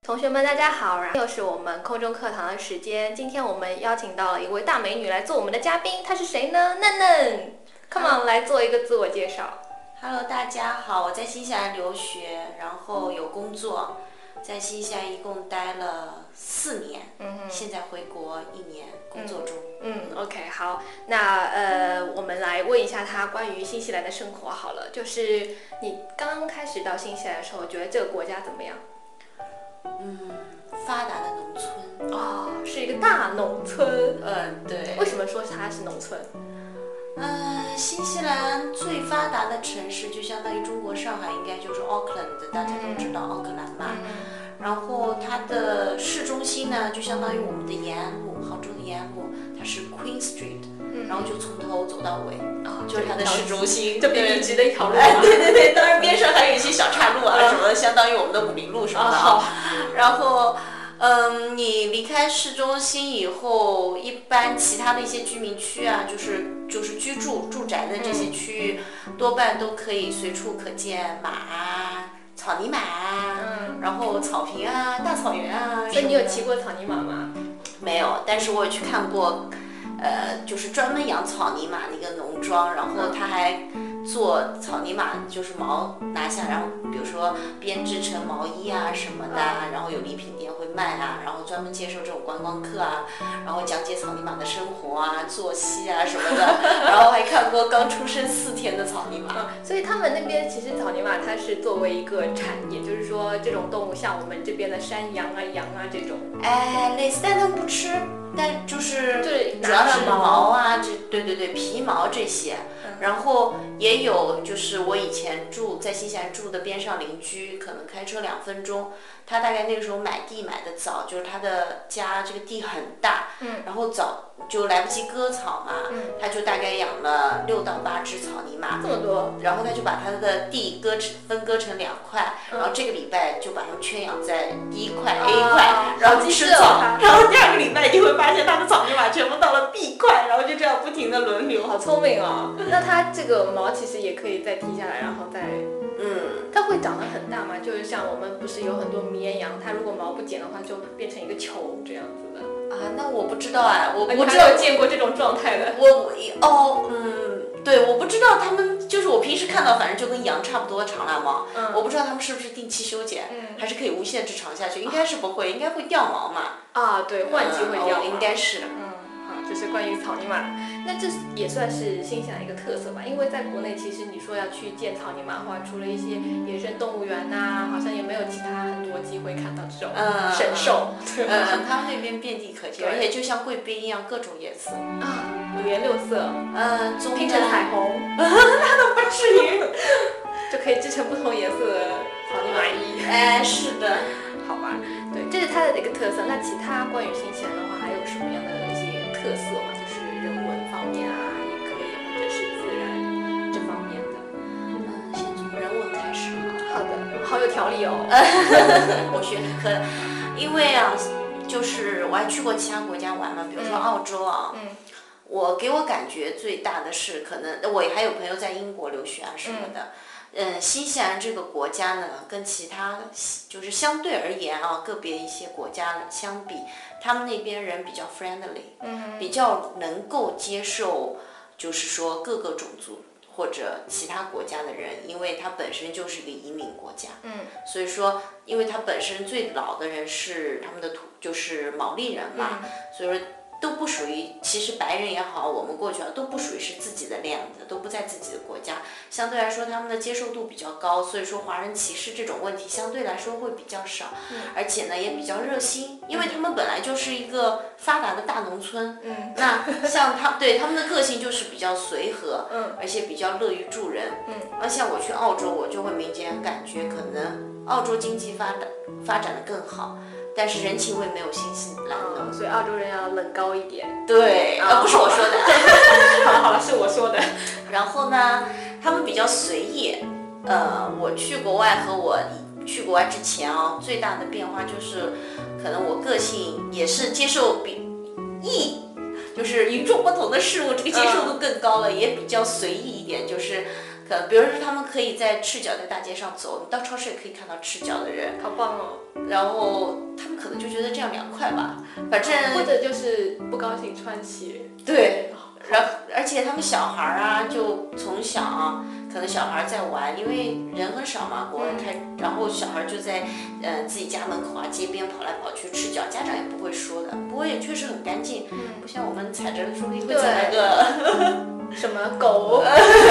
同学们，大家好！又是我们空中课堂的时间。今天我们邀请到了一位大美女来做我们的嘉宾，她是谁呢？嫩嫩 ，Come on， 来做一个自我介绍。 Hello， 大家好，我在新西兰留学，然后有工作，在新西兰一共待了4年，现在回国1年，工作中。 OK， 好，那我们来问一下她关于新西兰的生活好了，就是你刚开始到新西兰的时候，觉得这个国家怎么样？ 发达的农村哦，是一个大农村。 对。 为什么说它是农村？ 新西兰最发达的城市就相当于中国上海，应该就是 Auckland， 大家都知道奥克兰嘛。然后它的市中心呢，就相当于我们的延安路，杭州的延安路，它是 Queen Street，然后就从头走到尾，就是它的市中心， 就笔直的一条路。 对，当然边上还有一些小岔路啊什么的，相当于我们的武林路什么的啊。然后你离开市中心以后，一般其他的一些居民区啊，就是居住住宅的这些区域，多半都可以随处可见马啊、草泥马啊，然后草坪啊、大草原啊。 所以你有骑过草泥马吗？ 没有，但是我有去看过，就是专门养草泥马的一个农庄，然后他还做草泥马，就是毛拿下，然后比如说编织成毛衣啊什么的，然后有礼品店会卖啊，然后专门接受这种观光客啊，然后讲解草泥马的生活啊、作息啊什么的，然后还看过刚出生4天的草泥马。 所以他们那边其实草泥马它是作为一个产业，就是说这种动物像我们这边的山羊啊、羊啊这种， 类似，但他们不吃。但就是主拿要是毛啊，对皮毛这些，然后也有就是我以前在新西兰住的边上邻居，可能开车2分钟，他大概那个时候买地买的早，就是他的家这个地很大，然后早就来不及割草嘛，他就大概养了6到8只草泥马， 这么多， 然后他就把他的地分割成2块，然后这个礼拜就把它们圈养在第一块 A 块，然后吃草，然后第2个礼拜就会发现他的草泥马全部到了 B 块，然后就这样不停的轮流。 好聪明哦！那它这个毛其实也可以再剃下来，然后再它会长得很大吗？就是像我们不是有很多绵羊，它如果毛不剪的话，就变成一个球这样子的那我不知道我没有见过这种状态的。 对，我不知道他们，就是我平时看到，反正就跟羊差不多长了毛，我不知道他们是不是定期修剪，还是可以无限制长下去，应该是不会，应该会掉毛嘛。 对，换季会掉毛， 应该是。 好，这是关于草泥马，那这也算是新西兰一个特色吧？因为在国内，其实你说要去见草泥马的话，除了一些野生动物园呐，好像也没有其他很多机会看到这种神兽。 他们那边遍地可见，而且就像贵宾一样，各种颜色 5颜6色，拼成彩虹， 那都不至于， 就可以织成不同颜色的草泥马衣。 是的， 好吧，对，这是它的一个特色。那其他关于新西兰的话，还有什么样的一些特色嘛？就是人文方面啊，也可以，或者是自然这方面的。 先从人文开始好的，好有条理哦。 我学理科的，因为就是我还去过其他国家玩嘛，比如说澳洲啊。给我感觉最大的是，可能我还有朋友在英国留学啊什么的。新西兰这个国家呢，跟其他就是相对而言个别一些国家相比，他们那边人比较 friendly，比较能够接受，就是说各个种族或者其他国家的人，因为它本身就是一个移民国家，所以说，因为它本身最老的人是他们的就是毛利人嘛，所以说。都不属于，其实白人也好，我们过去都不属于是自己的land，都不在自己的国家，相对来说他们的接受度比较高，所以说华人歧视这种问题相对来说会比较少，而且呢也比较热心，因为他们本来就是一个发达的大农村，那像他们的个性就是比较随和，而且比较乐于助人，那像我去澳洲，我就会明显感觉可能澳洲经济发展的更好。但是人情味没有新西兰浓， 所以澳洲人要冷高一点。 对，不是我说的。 好了，是我说的。 然后呢，他们比较随意。我去国外和我去国外之前最大的变化就是，可能我个性也是接受就是与众不同的事物，这个接受度更高了，也比较随意一点，就是。 比如说他们可以在赤脚在大街上走，你到超市也可以看到赤脚的人， 好棒哦。 然后他们可能就觉得这样凉快吧，反正或者就是不高兴穿鞋。 对，而且他们小孩啊，就从小啊，可能小孩在玩，因为人很少嘛，国外然后小孩就在自己家门口啊、街边跑来跑去赤脚，家长也不会说的，不过也确实很干净，不像我们踩着说不定会踩来个什么狗。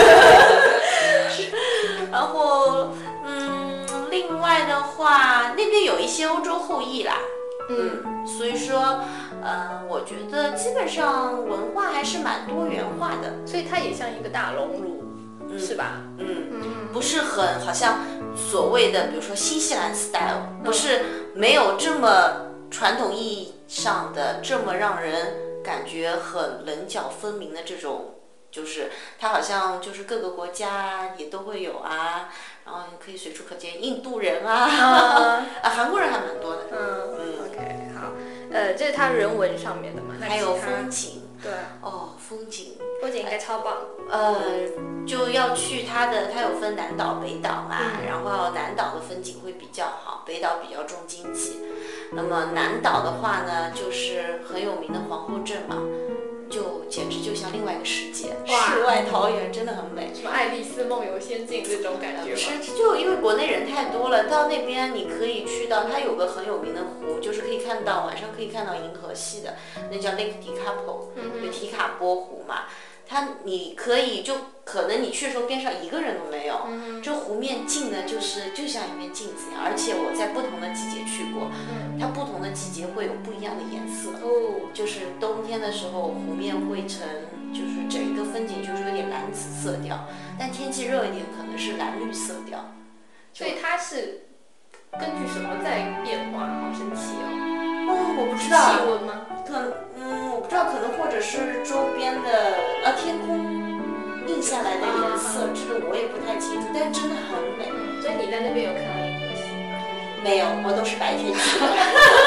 然后另外的话，那边有一些欧洲后裔啦，所以说我觉得基本上文化还是蛮多元化的， 所以它也像一个大熔炉，是吧？ 不是很好像所谓的比如说新西兰 style， 不是没有这么传统意义上的这么让人感觉很棱角分明的这种，就是它好像就是各个国家也都会有啊，然后你可以随处可见印度人啊，韩国人还蛮多的。 OK， 好，这是它人文上面的嘛， 还有风景。 对， 风景应该超棒。 就要去它有分南岛、北岛嘛，然后南岛的风景会比较好，北岛比较重经济。那么南岛的话呢，就是很有名的皇后镇嘛，就简直就像另外一个世界，世外桃源，真的很美。 什么爱丽丝梦游仙境这种感觉吗？ 是，就因为国内人太多了，到那边你可以去到，它有个很有名的湖，就是可以看到晚上可以看到银河系的，那叫 Lake Tekapo，就提卡波湖嘛。你可以可能你去的时候边上一个人都没有，这湖面镜呢就像一面镜子一样，而且我在不同的季节去过，它不同的季节会有不一样的颜色。就是冬天的时候湖面会就是整一个风景就是有点蓝紫色调，但天气热一点可能是蓝绿色调。 所以它是根据什么在变化？好神奇哦！ 我不知道。 气温吗？ 我不知道，可能或者是周边的天空映下来的颜色，这个我也不太清楚，但是真的很美。 所以你在那边有看到银河系吗？ 没有，我都是白天去的。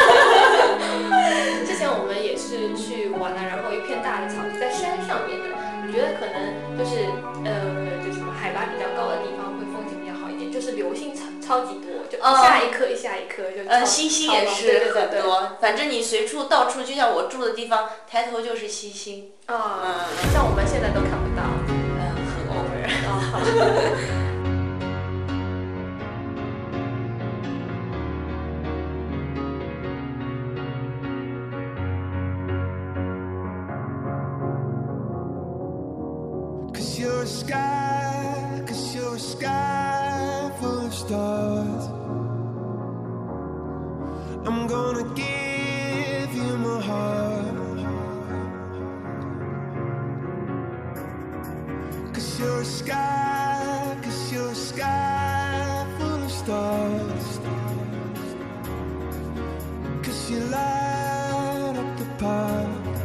之前我们也是去玩了，然后一片大的草地在山上面的，我觉得可能就是就什么海拔比较高的地方会风景比较好一点，就是流星超级多，就一下一颗一下一颗，就星星也是很多，反正你到处，就像我住的地方，抬头就是星星。 像我们现在都看不到， 很偶尔。 好。 'Cause you're a sky full of stars. I'm gonna give you my heart. 'Cause you're a sky full of stars. 'Cause you light up the path.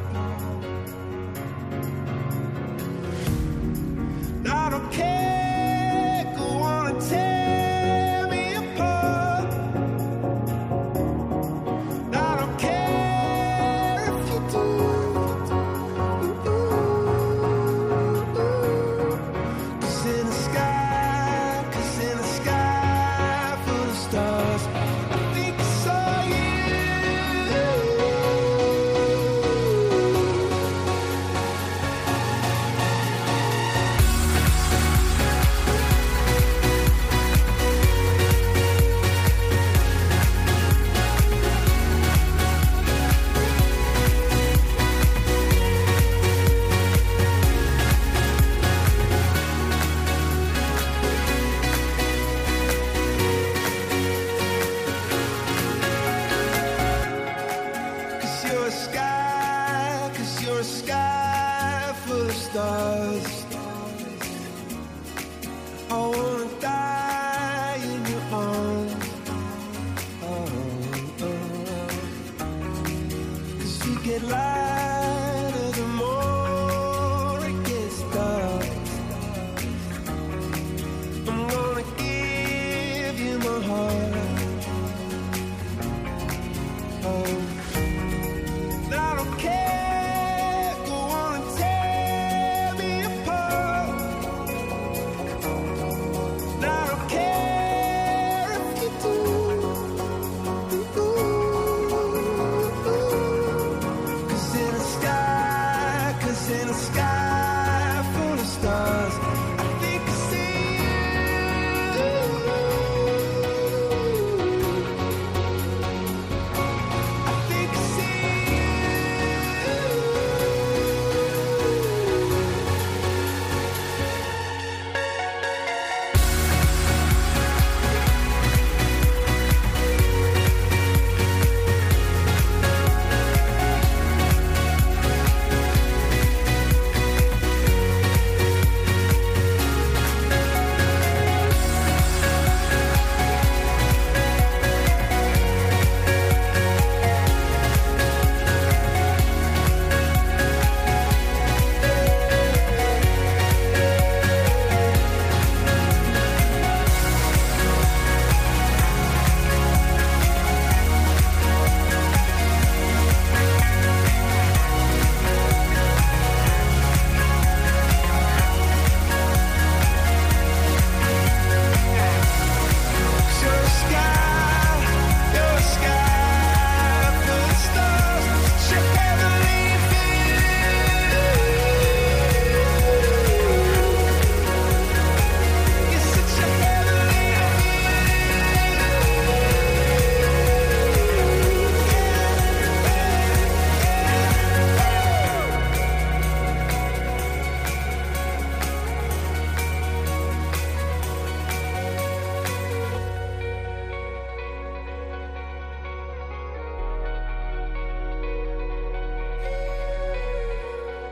I don't care, go on and tear me apart. I don't care if you do. Cause in the sky full of stars, I think I saw you. Cause you're a sky full of stars. I wanna die in your arms. Cause you get lighter the more it gets dark. I'm gonna give you my heart. I don't care, go on and tear me apart.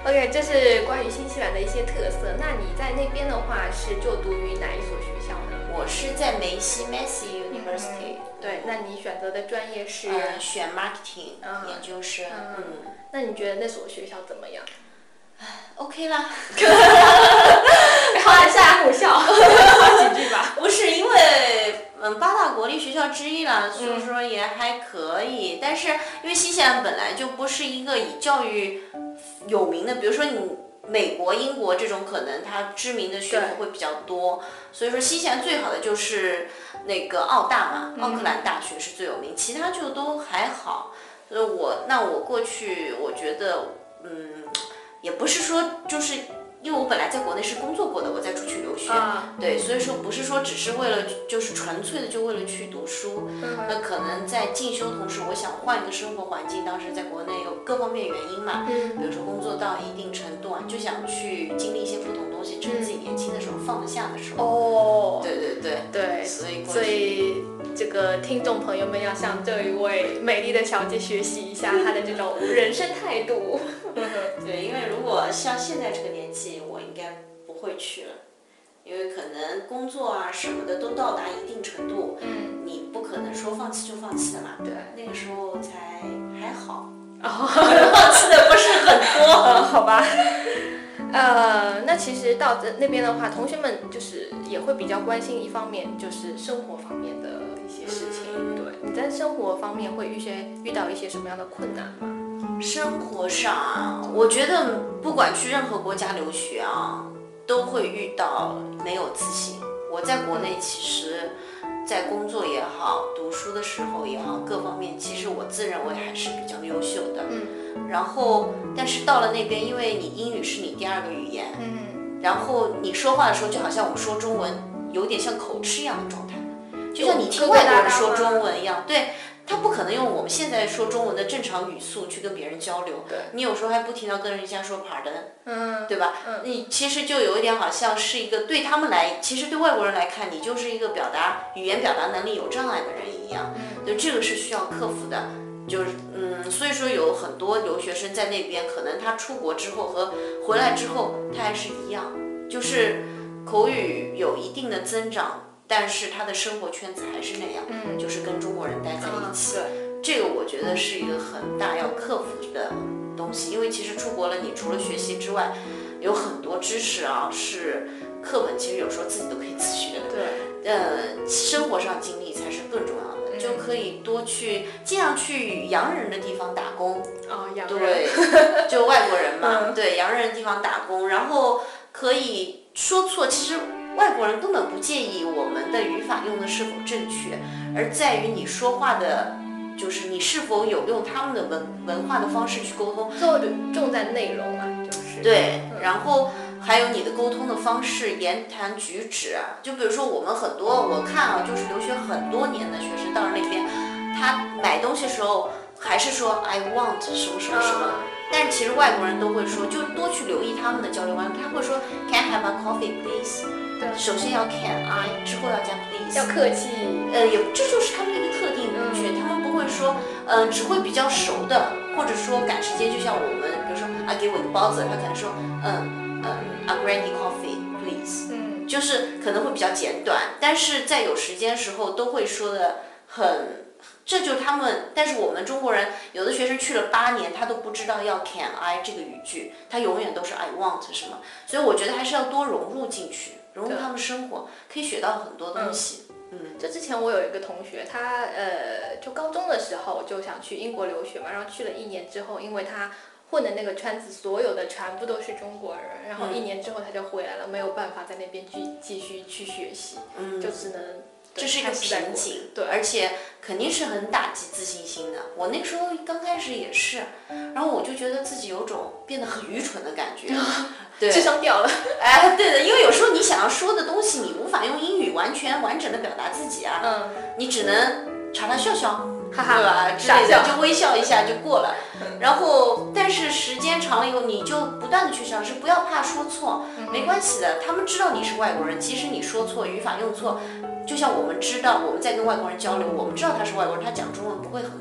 OK， 这是关于新西兰的一些特色。那你在那边的话是就读于哪一所学校呢？ 我是在梅西 Massey University。 对，那你选择的专业是？ 选 marketing 研究生。 那你觉得那所学校怎么样 ？OK 啦。 好，来下来虎校，说几句吧。 不是因为8大国立学校之一啦，所以说也还可以。但是因为新西兰本来就不是一个以教育有名的，比如说你美国、英国这种，可能它知名的学府会比较多。所以说新西兰最好的就是那个澳大嘛，奥克兰大学是最有名，其他就都还好。所以我过去我觉得也不是说就是因为我本来在国内是工作过的，我再出去留学，对，所以说不是说只是为了就是纯粹的就为了去读书，那可能在进修同时，我想换一个生活环境。当时在国内有各方面原因嘛，比如说工作到一定程度啊，就想去经历一些不同东西，趁自己年轻的时候放得下的时候。对，所以这个听众朋友们要向这一位美丽的小姐学习一下她的这种人生态度。 对，因为如果像现在这个年纪，我应该不会去了，因为可能工作啊什么的都到达一定程度，你不可能说放弃就放弃的嘛。 对， 那个时候才还好，放弃的不是很多， 好吧。那其实到那边的话，同学们就是也会比较关心一方面，就是生活方面的一些事情。对，你在生活方面会遇到一些什么样的困难吗？ 生活上啊，我觉得不管去任何国家留学啊，都会遇到没有自信。我在国内其实，在工作也好，读书的时候也好，各方面其实我自认为还是比较优秀的。然后，但是到了那边，因为你英语是你第2个语言，然后你说话的时候就好像我们说中文有点像口吃一样的状态，就像你听外国人说中文一样，对。他不可能用我们现在说中文的正常语速去跟别人交流，你有时候还不停地跟人家说 pardon，对吧？你其实就有一点好像是一个对他们来，其实对外国人来看，你就是一个语言表达能力有障碍的人一样，就这个是需要克服的。就是所以说有很多留学生在那边，可能他出国之后和回来之后，他还是一样，就是口语有一定的增长。但是他的生活圈子还是那样，就是跟中国人待在一起。这个我觉得是一个很大要克服的东西，因为其实出国了，你除了学习之外，有很多知识啊是课本，其实有时候自己都可以自学的。生活上经历才是更重要的，就可以多去尽量去洋人的地方打工。对，就外国人嘛，对，洋人的地方打工，然后可以说错，其实。外国人根本不介意我们的语法用的是否正确，而在于你说话的，就是你是否有用他们的文化的方式去沟通， 重在内容嘛，就是对，然后还有你的沟通的方式、言谈举止，就比如说我们很多，我看啊，就是留学很多年的学生到了那边，他买东西的时候还是说 I want 什么什么什么。但是其实外国人都会说，就多去留意他们的交流观，他会说 Can I have a coffee, please？ 首先要 Can I， 之后要加 please， 要客气。 这就是他们的一个特定语句，他们不会说，只会比较熟的，或者说赶时间，就像我们，比如说啊，给我一个包子，他可能说a brandy coffee, please，就是可能会比较简短，但是在有时间时候都会说的很。这就是他们，但是我们中国人有的学生去了8年，他都不知道要 Can I 这个语句，他永远都是 I want 什么，所以我觉得还是要多融入进去，融入他们生活，可以学到很多东西。 就之前我有一个同学，他就高中的时候就想去英国留学嘛，然后去了1年之后，因为他混的那个圈子所有的全部都是中国人，然后1年之后他就回来了，没有办法在那边继续去学习，就只能。 这是一个瓶颈，对，而且肯定是很打击自信心的。我那时候刚开始也是，然后我就觉得自己有种变得很愚蠢的感觉，对， 智商掉了。 哎，对的，因为有时候你想要说的东西，你无法用英语完整的表达自己啊，你只能朝他笑笑，对吧？之类的，就微笑一下就过了。然后，但是时间长了以后，你就不断的去尝试，不要怕说错，没关系的。他们知道你是外国人，即使你说错，语法用错。就像我们知道我们在跟外国人交流，我们知道他是外国人，他讲中文不会很好，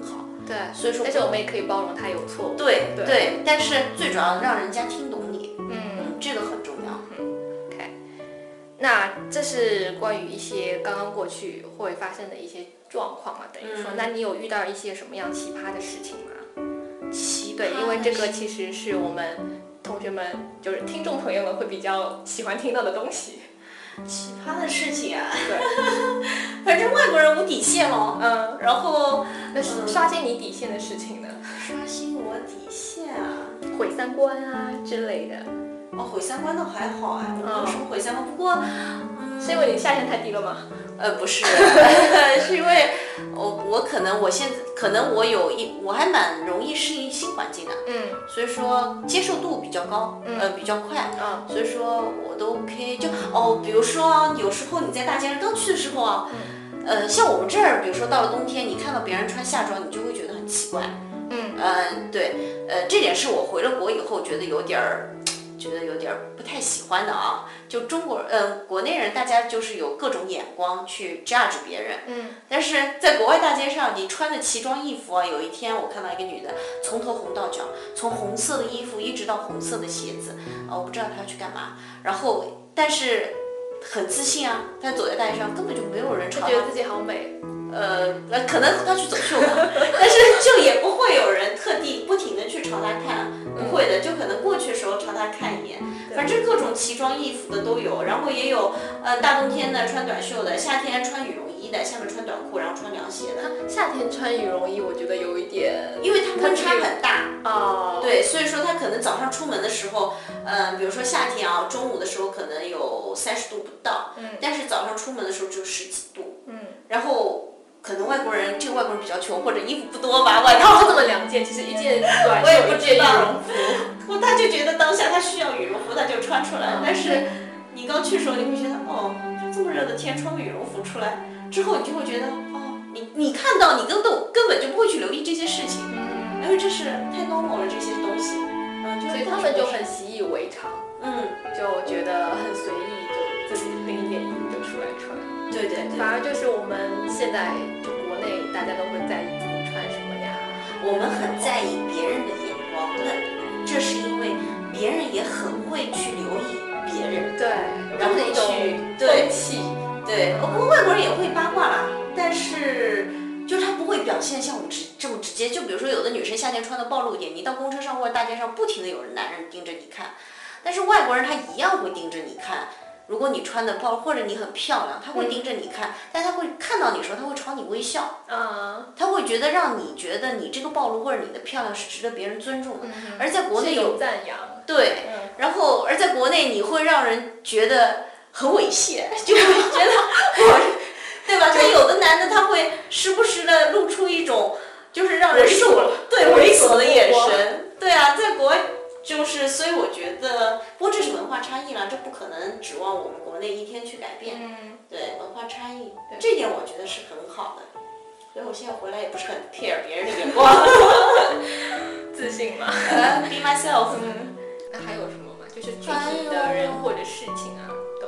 对， 所以说但是我们也可以包容他有错误。 对，但是最主要让人家听懂你，这个很重要。 OK， 那这是关于一些刚刚过去会发生的一些状况嘛，等于说，那你有遇到一些什么样奇葩的事情吗？对，因为这个其实是我们同学们，就是听众朋友们会比较喜欢听到的东西。 奇葩的事情啊， 对， 反正外国人无底线咯。然后那是刷新你底线的事情呢？ 刷新我底线啊， 毁三观啊之类的。 毁三观倒还好哎，我没有什么毁三观，不过， 是因为你下限太低了吗？ 不是，是因为我可能我还蛮容易适应新环境的，所以说接受度比较高，比较快，所以说我都 OK。就比如说有时候你在大街上刚去的时候啊，像我们这儿，比如说到了冬天，你看到别人穿夏装，你就会觉得很奇怪，对，这点是我回了国以后觉得有点不太喜欢的啊。就国内人大家就是有各种眼光去 judge 别人，但是在国外大街上，你穿的奇装异服啊，有一天我看到一个女的从头红到脚，从红色的衣服一直到红色的鞋子，我不知道她要去干嘛，然后但是很自信啊，她走在大街上根本就没有人朝她， 觉得自己好美。 可能他去走秀吧，但是就也不会有人特地不停的去朝他看，不会的，就可能过去的时候朝他看一眼，反正各种奇装异服的都有，然后也有大冬天的穿短袖的，夏天穿羽绒衣的，下面穿短裤，然后穿凉鞋的。 夏天穿羽绒衣，我觉得有一点， 因为它温差很大对， 所以说他可能早上出门的时候，比如说夏天啊，中午的时候可能有30度不到，但是早上出门的时候只有10几度，然后。可能这个外国人比较穷，或者衣服不多吧，外套就这么2件，其实一件短袖， 我也不知道羽绒服， 他就觉得当下他需要羽绒服，他就穿出来。但是你刚去的时候，你会觉得这么热的天穿个羽绒服出来，之后你就会觉得你看到你根本就不会去留意这些事情，因为这是太 normal 了这些东西， 所以他们就很习以为常，就觉得很随意，就自己拎一件衣服就出来穿。 对， 反而就是我们现在就国内大家都会在意自己穿什么呀， 我们很在意别人的眼光，这是因为别人也很会去留意别人， 对， 然后去对气， 对，不过外国人也会八卦啦，但是就是他不会表现像我们这么直接，就比如说有的女生夏天穿的暴露一点，你到公车上或者大街上不停的有男人盯着你看，但是外国人他一样会盯着你看。如果你穿的暴露或者你很漂亮，他会盯着你看，但他会看到你的时候，他会朝你微笑，他会觉得让你觉得你这个暴露或者你的漂亮是值得别人尊重的，而在国内有赞扬， 对，然后而在国内你会让人觉得很猥亵，就会觉得对吧？他有的男的他会时不时的露出一种就是让人猥琐的眼神，对啊，在国外。所以我觉得，不过这是文化差异啦，这不可能指望我们国内一天去改变。对，文化差异，这点我觉得是很好的。所以我现在回来也不是很 care 别人的眼光， 自信嘛 ，be myself。 那还有什么吗？就是具体的人或者事情啊，都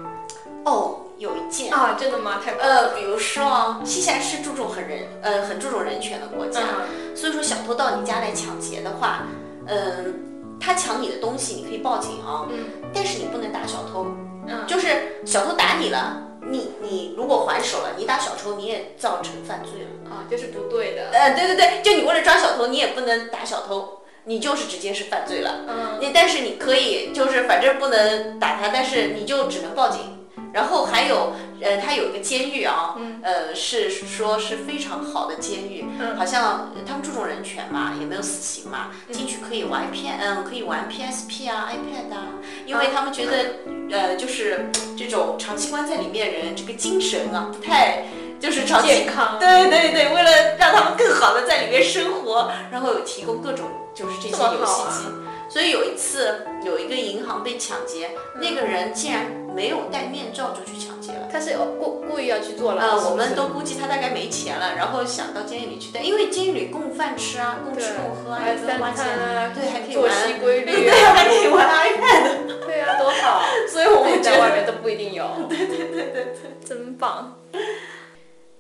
OK。 有一件真的吗？太比如说新西兰是很注重人权的国家，所以说小偷到你家来抢劫的话，他抢你的东西，你可以报警啊，但是你不能打小偷，就是小偷打你了，你如果还手了，你打小偷，你也造成犯罪了就是不对的。 对，就你为了抓小偷，你也不能打小偷，你就是直接是犯罪了。但是你可以就是反正不能打他，但是你就只能报警。然后还有，它有一个监狱啊，是说是非常好的监狱，好像他们注重人权嘛，也没有死刑嘛，进去可以玩可以玩 PSP 啊、iPad 啊，因为他们觉得，就是这种长期关在里面人，这个精神啊不太就是长期健康， 对，为了让他们更好的在里面生活，然后有提供各种就是这些游戏机。所以有一次有一个银行被抢劫，那个人竟然没有戴面罩就去抢劫了。 他是故意要去做了。 我们都估计他大概没钱了，然后想到监狱里去戴，因为监狱里供饭吃啊，供吃供喝啊，也不用花钱，对，还可以玩作息规律， 对，还可以玩 iPad， 对啊，多好。 所以我们在外面都不一定有。 对， 真棒。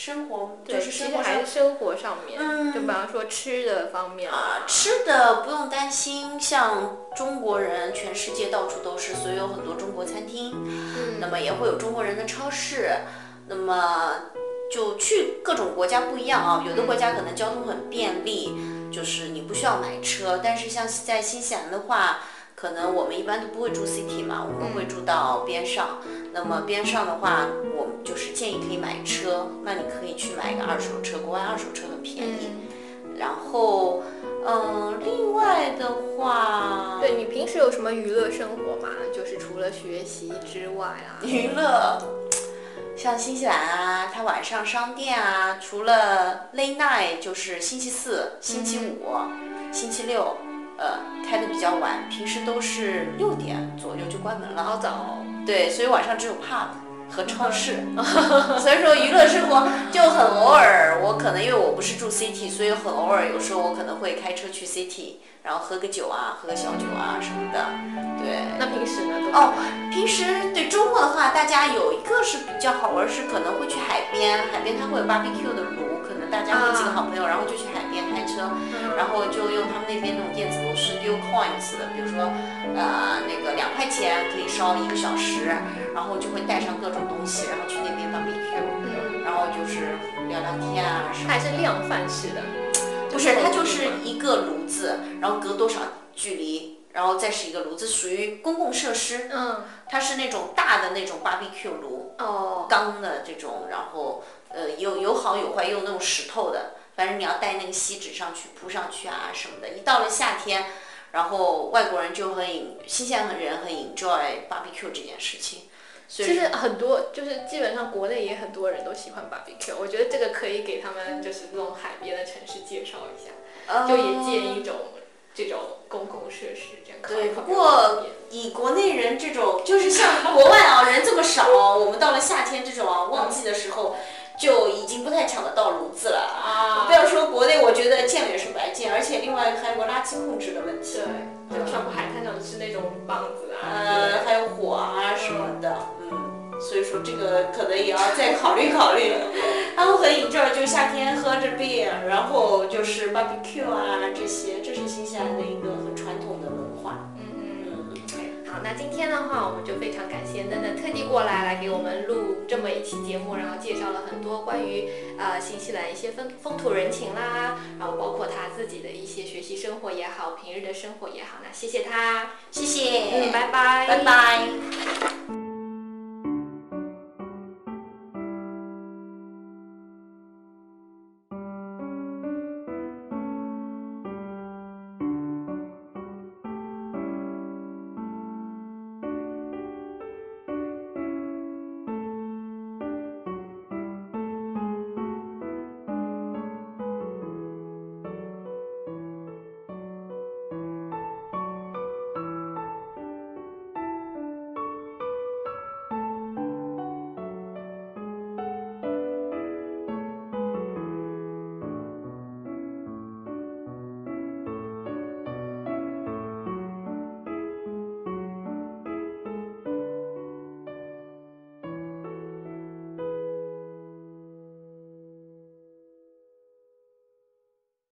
生活对， 就是生活上其实还是生活上面，就比方说吃的方面吃的不用担心，像中国人全世界到处都是，所以有很多中国餐厅，那么也会有中国人的超市，那么就去各种国家不一样啊，有的国家可能交通很便利，就是你不需要买车，但是像在新西兰的话，可能我们一般都不会住 city 嘛，我们会住到边上。那么边上的话，我们就是建议可以买车，那你可以去买一个二手车，国外二手车很便宜。然后，另外的话， 对，你平时有什么娱乐生活吗？就是除了学习之外啊， 娱乐。像新西兰啊，它晚上商店啊，除了 late night 就是星期四、星期五、星期六，开的比较晚，平时都是6点左右就关门了。 好早哦。 对，所以晚上只有 pub 和超市，所以说娱乐生活就很偶尔。我可能因为我不是住 city， 所以很偶尔，有时候我可能会开车去 city， 然后喝个酒啊，喝个小酒啊什么的。对， 那平时呢？ 平时对周末的话，大家有一个是比较好玩，是可能会去海边，海边它会有 barbecue 的炉，可能大家会几个好朋友，然后就去海边开车，然后就用他们那边那种电子炉是丢 coins 的，比如说那个2块钱可以烧1个小时，然后就会带上各种东西，然后去那边 barbecue，然后就是聊聊天啊什么。 它还是量贩式的？ 不是，它就是一个炉子，然后隔多少距离，然后再是一个炉子，属于公共设施。它是那种大的那种 barbecue 炉，钢的这种，然后有好有坏，也有那种石头的，反正你要带那个锡纸上去铺上去啊什么的。一到了夏天，然后外国人就新西兰人很 enjoy barbecue 这件事情。 其实很多就是基本上国内也很多人都喜欢 barbecue， 我觉得这个可以给他们就是这种海边的城市介绍一下，就也建一种这种公共设施这样。 对，不过以国内人这种就是像国外啊人这么少，我们到了夏天这种旺季的时候，就已经不太抢得到炉子了啊！不要说国内，我觉得见了也是白见，而且另外还有个垃圾控制的问题。 对，就上海滩上吃那种棒子还有火啊什么的，所以说这个可能也要再考虑考虑。他们很enjoy，就夏天喝着 beer， 然后就是 barbecue 啊这些，这是新西兰的一个很传统的文化。 好，那今天的话，我们就非常感谢嫩嫩特地过来给我们录这么一期节目，然后介绍了很多关于新西兰一些风土人情啦，然后包括他自己的一些学习生活也好，平日的生活也好，那谢谢他， 谢谢， 拜拜， 拜拜。